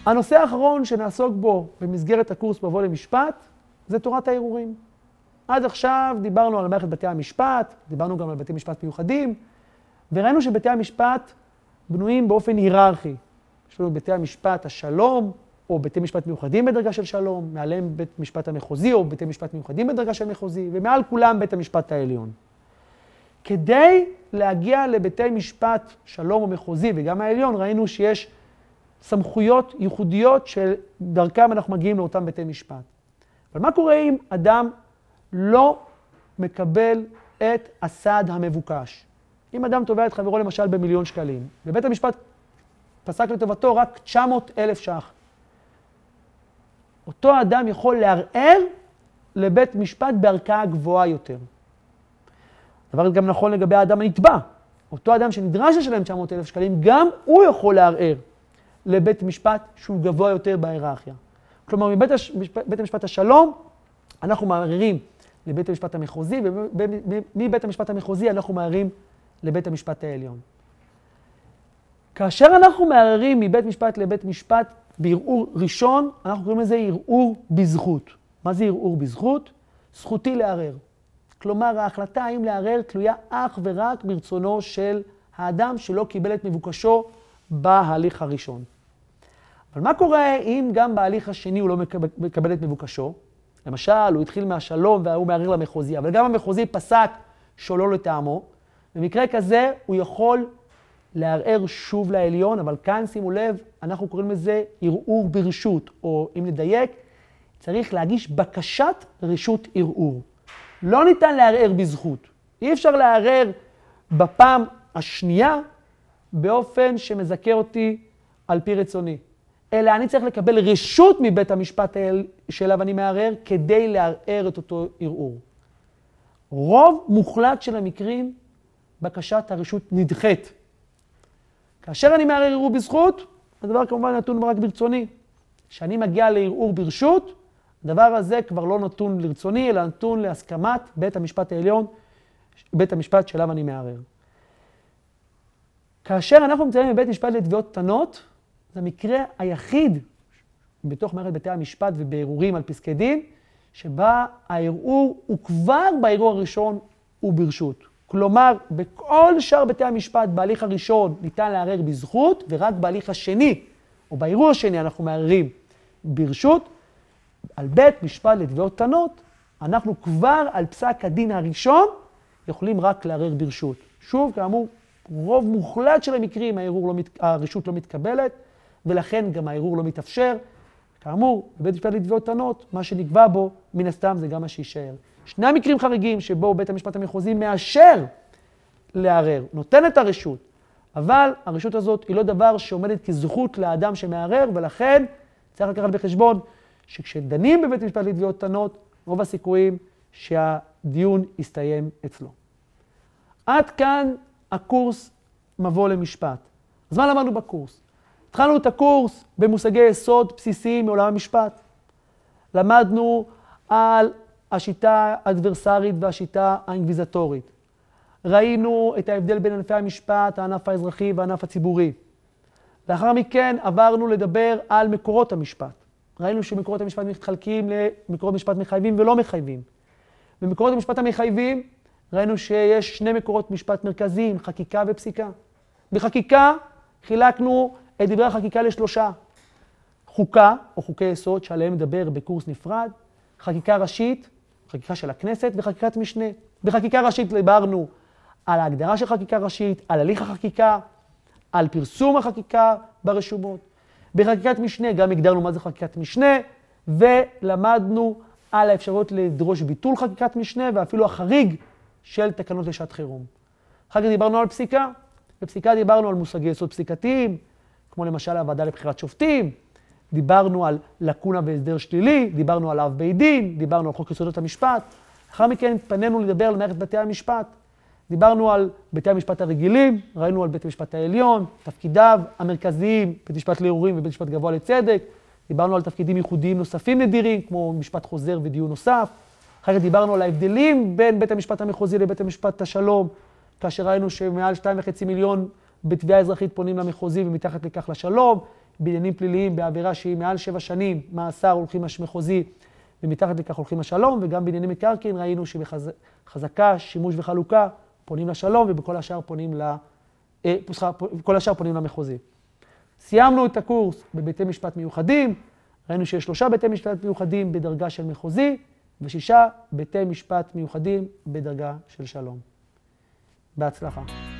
הנושא האחרון שנעסוק בו במסגרת הקורס מבוא למשפט, זה תורת הערעורים. עד עכשיו דיברנו על מערכת בתי המשפט, דיברנו גם על בתי משפט מיוחדים, וראינו שבתי המשפט בנויים באופן היררכי. יש לנו בתי המשפט השלום, או בתי משפט מיוחדים בדרגה של שלום, מעליהם בית משפט המחוזי, או בתי משפט מיוחדים בדרגה של מחוזי, ומעל כולם בית המשפט העליון. כדי להגיע לבתי משפט שלום או מחוזי, וגם העליון, ראינו שיש סמכויות ייחודיות שדרכם אנחנו מגיעים לאותם בתי משפט. אבל מה קורה אם אדם לא מקבל את הסעד המבוקש? אם אדם תובע את חברו למשל ב1,000,000 שקלים, ובית המשפט פסק לטובתו רק 900,000 ש"ח. אותו אדם יכול לערער לבית משפט בערכאה גבוהה יותר. הדבר גם נכון לגבי האדם הנתבע. אותו אדם שנדרש לשלם 900,000 שקלים, גם הוא יכול לערער לבית משפט שהוא גבוה יותר בהיררכיה. כלומר, מבית המשפט השלום, אנחנו מערערים לבית המשפט המחוזי, ומבית המשפט המחוזי אנחנו מערערים לבית המשפט העליון. כאשר אנחנו מערערים מבית משפט לבית משפט בערעור ראשון, אנחנו קוראים לזה ערעור בזכות. מה זה ערעור בזכות? זכותי לערער. כלומר, ההחלטה האם לערער תלויה אך ורק ברצונו של האדם שלא קיבל את מבוקשו בהליך הראשון. אבל מה קורה אם גם בהליך השני הוא לא מקבל את מבוקשו? למשל, הוא התחיל מהשלום והוא מערער למחוזי, אבל גם המחוזי פסק שלא לטעמו. במקרה כזה הוא יכול לערער שוב לעליון, אבל כאן שימו לב, אנחנו קוראים לזה ערעור ברשות, או אם נדייק, צריך להגיש בקשת רשות ערעור. לא ניתן לערער בזכות. אי אפשר לערער בפעם השנייה באופן שמזכה אותי על פי רצוני. אלא אני צריך לקבל רשות מבית המשפט שאליו אני מערער כדי לערער את אותו ערעור. רוב מוחלט של המקרים, בקשת הרשות נדחית. כאשר אני מערער ערעור בזכות, הדבר כמובן נתון רק ברצוני. כשאני מגיע לערעור ברשות, הדבר הזה כבר לא נתון לרצוני, אלא נתון להסכמת בית המשפט העליון, בית המשפט שאליו אני מערער. כאשר אנחנו נמצאים בבית משפט לתביעות קטנות, זה המקרה היחיד בתוך מערכת בתי המשפט ובערעורים על פסקי דין, שבה הערעור הוא כבר בערעור הראשון וברשות. כלומר, בכל שאר בתי המשפט בהליך הראשון ניתן לערער בזכות, ורק בהליך השני, או בערעור השני אנחנו מערערים ברשות. על בית משפט לתביעות קטנות, אנחנו כבר על פסק הדין הראשון יכולים רק לערער ברשות. שוב, כאמור, רוב מוחלט של המקרים הרשות לא מתקבלת, ולכן גם הערעור לא מתאפשר. כאמור, בבית משפט לתביעות קטנות, מה שנקבע בו, מן הסתם זה גם מה שישאר. שני המקרים חריגים שבו בית המשפט המחוזי מאשר לערער, נותן את הרשות, אבל הרשות הזאת היא לא דבר שעומדת כזכות לאדם שמערער, ולכן צריך לקחת בחשבון שכשדנים בבית משפט לתביעות קטנות, רוב הסיכויים שהדיון יסתיים אצלו. עד כאן הקורס מבוא למשפט. אז מה למדנו בקורס? התחלנו את הקורס במושגי יסוד בסיסיים מעולם המשפט. למדנו על השיטה האדברסרית והשיטה האינקוויזטורית. ראינו את ההבדל בין ענפי המשפט, הענף האזרחי והענף הציבורי. לאחר מכן עברנו לדבר על מקורות המשפט. ראינו שמקורות המשפט מתחלקים למקורות משפט מחייבים ולא מחייבים. במקורות המשפט המחייבים ראינו שיש שני מקורות משפט מרכזיים, חקיקה ופסיקה. בחקיקה חילקנו את דברי החקיקה לשלושה. חוקה או חוקי יסוד שעליהם מדבר בקורס נפרד, חקיקה ראשית, חקיקה של הכנסת וחקיקת משנה. בחקיקה ראשית דיברנו על ההגדרה של חקיקה ראשית, על הליך החקיקה, על פרסום החקיקה ברשומות. בחקיקת משנה גם הגדרנו מה זה חקיקת משנה, ולמדנו על האפשרות לדרוש ביטול חקיקת משנה, ואפילו החריג של תקנות לשעת חירום. אחר כך דיברנו על פסיקה. בפסיקה דיברנו על מושגי יסוד פסיקתיים, כמו למשל הוועדה לבחירת שופטים, דיברנו על לקונה והסדר שלילי, דיברנו על אב בית דין, דיברנו על חוק יסודות המשפט. לאחר מכן פנינו לדבר על מערכת בתי המשפט. דיברנו על בתי המשפט הרגילים, ראינו על בית המשפט העליון, תפקידיו המרכזיים, בית משפט לערעורים ובית משפט גבוה לצדק. דיברנו על תפקידים ייחודיים נוספים נדירים, כמו משפט חוזר ודיון נוסף. אחר כך דיברנו על ההבדלים בין בית המשפט המחוזי לבית המשפט השלום, כאשר ראינו שמעל 2.5 מיליון בתביעה אזרחית פונים למחוזי ומתחת לכך לשלום. בעניינים פליליים בעבירה שהיא מעל 7 שנים, מאסר הולכים למחוזי, ומתחת לכך הולכים לשלום, וגם בעניינים מקרקעין ראינו שבחזקה, שימוש וחלוקה פונים לשלום, ובכל השאר פונים למחוזי. סיימנו את הקורס בבתי משפט מיוחדים, ראינו שיש 3 בתי משפט מיוחדים בדרגה של מחוזי, ו6 בתי משפט מיוחדים בדרגה של שלום. בהצלחה.